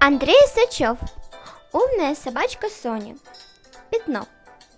Андрей Сачев. Умная собачка Соня. Пятно.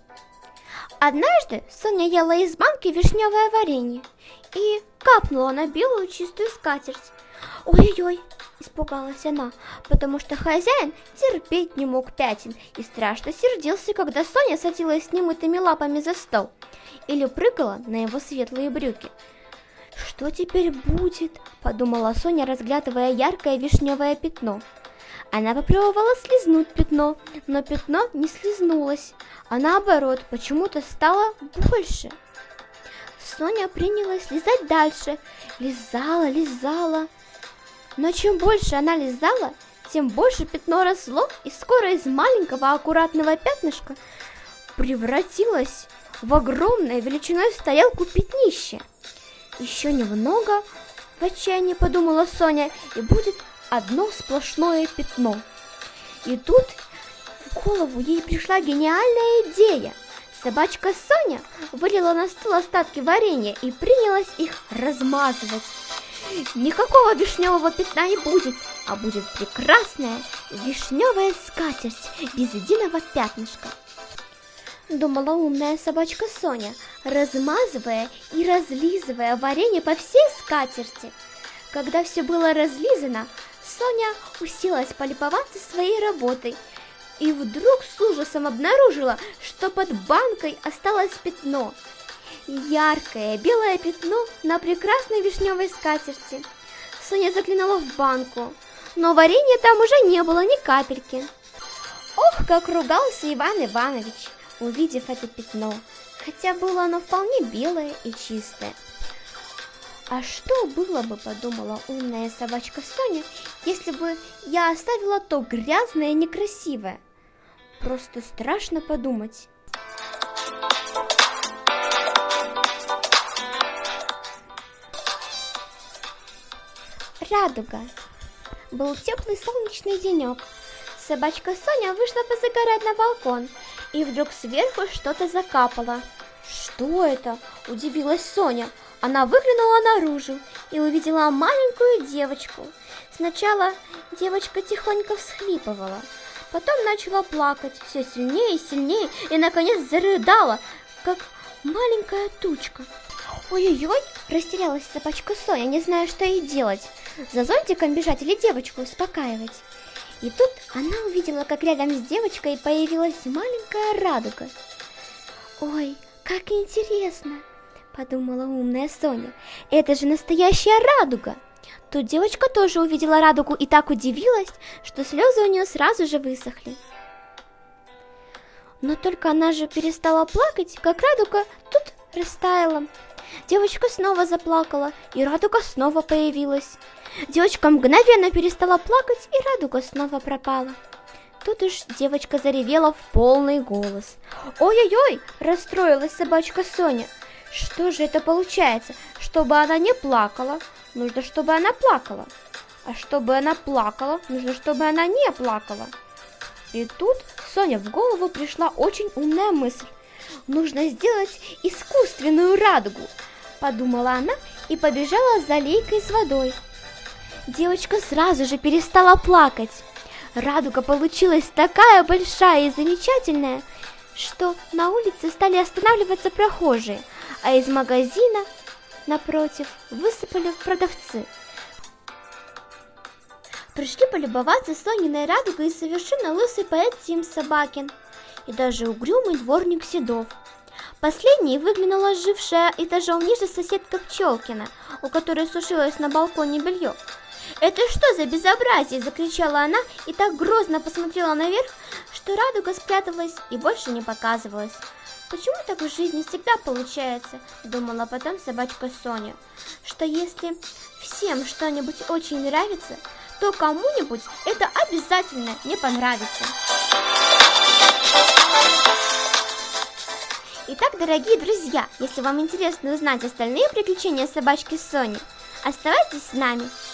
Однажды Соня ела из банки вишневое варенье и капнула на белую чистую скатерть. Ой-ой-ой, испугалась она, потому что хозяин терпеть не мог пятен и страшно сердился, когда Соня садилась с немытыми лапами за стол или прыгала на его светлые брюки. «Что теперь будет?» – подумала Соня, разглядывая яркое вишневое пятно. Она попробовала слизнуть пятно, но пятно не слизнулось, а наоборот, почему-то стало больше. Соня принялась лизать дальше, лизала. Но чем больше она лизала, тем больше пятно росло, и скоро из маленького аккуратного пятнышка превратилось в огромное величиной с тарелку пятнище. Еще немного, в отчаянии подумала Соня, и будет одно сплошное пятно. И тут в голову ей пришла гениальная идея. Собачка Соня вылила на стол остатки варенья и принялась их размазывать. Никакого вишневого пятна не будет, а будет прекрасная вишневая скатерть без единого пятнышка. Думала умная собачка Соня, размазывая и разлизывая варенье по всей скатерти. Когда все было разлизано, Соня уселась полюбоваться своей работой и вдруг с ужасом обнаружила, что под банкой осталось пятно. Яркое белое пятно на прекрасной вишневой скатерти. Соня заглянула в банку, но варенья там уже не было ни капельки. Ох, как ругался Иван Иванович, увидев это пятно, хотя было оно вполне белое и чистое. А что было бы, подумала умная собачка Соня, если бы я оставила то грязное и некрасивое? Просто страшно подумать. Радуга. Был теплый солнечный денек. Собачка Соня вышла позагорать на балкон, и вдруг сверху что-то закапало. «Что это?» – удивилась Соня. Она выглянула наружу и увидела маленькую девочку. Сначала девочка тихонько всхлипывала, потом начала плакать все сильнее и сильнее, и наконец зарыдала, как маленькая тучка. «Ой-ой-ой!» – растерялась собачка Соня, не зная, что ей делать. За зонтиком бежать или девочку успокаивать? И тут она увидела, как рядом с девочкой появилась маленькая радуга. «Ой, как интересно!» – подумала умная Соня. «Это же настоящая радуга!» Тут девочка тоже увидела радугу и так удивилась, что слезы у нее сразу же высохли. Но только она же перестала плакать, как радуга тут растаяла. Девочка снова заплакала, и радуга снова появилась. Девочка мгновенно перестала плакать, и радуга снова пропала. Тут уж девочка заревела в полный голос. «Ой-ой-ой!» – расстроилась собачка Соня. «Что же это получается? Чтобы она не плакала, нужно, чтобы она плакала. А чтобы она плакала, нужно, чтобы она не плакала». И тут Соне в голову пришла очень умная мысль. «Нужно сделать искусственную радугу», – подумала она и побежала за лейкой с водой. Девочка сразу же перестала плакать. Радуга получилась такая большая и замечательная, что на улице стали останавливаться прохожие, а из магазина напротив высыпали продавцы. Пришли полюбоваться Сониной радугой и совершенно лысый поэт Тим Собакин, и даже угрюмый дворник Седов. Последней выглянула жившая этажом ниже соседка Пчелкина, у которой сушилось на балконе белье. «Это что за безобразие?» – закричала она и так грозно посмотрела наверх, что радуга спряталась и больше не показывалась. «Почему так в жизни всегда получается?» – думала потом собачка Соня, что если всем что-нибудь очень нравится, то кому-нибудь это обязательно не понравится. Итак, дорогие друзья, если вам интересно узнать остальные приключения собачки Сони, оставайтесь с нами.